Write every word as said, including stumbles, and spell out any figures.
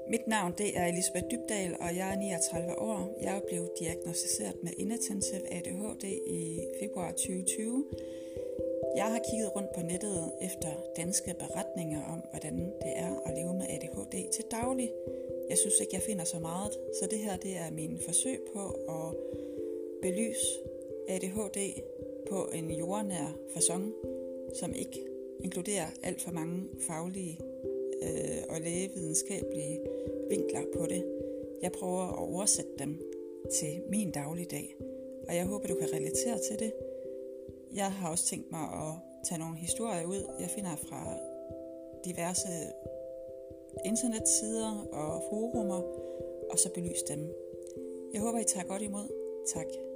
Mit navn det er Elisabeth Dybdahl, og jeg er niogtredive år. Jeg er blevet diagnosticeret med inattensiv A D H D i februar tyve tyve. Jeg har kigget rundt på nettet efter danske beretninger om, hvordan det er at leve med A D H D til daglig. Jeg synes ikke, jeg finder så meget, så det her det er min forsøg på at belyse A D H D på en jordnær facon, som ikke inkluderer alt for mange faglige øh, og lægevidenskabelige vinkler på det. Jeg prøver at oversætte dem til min dagligdag, og jeg håber, du kan relatere til det. Jeg har også tænkt mig at tage nogle historier ud, jeg finder fra diverse internetsider og forumer, og så belyse dem. Jeg håber, I tager godt imod. Tak.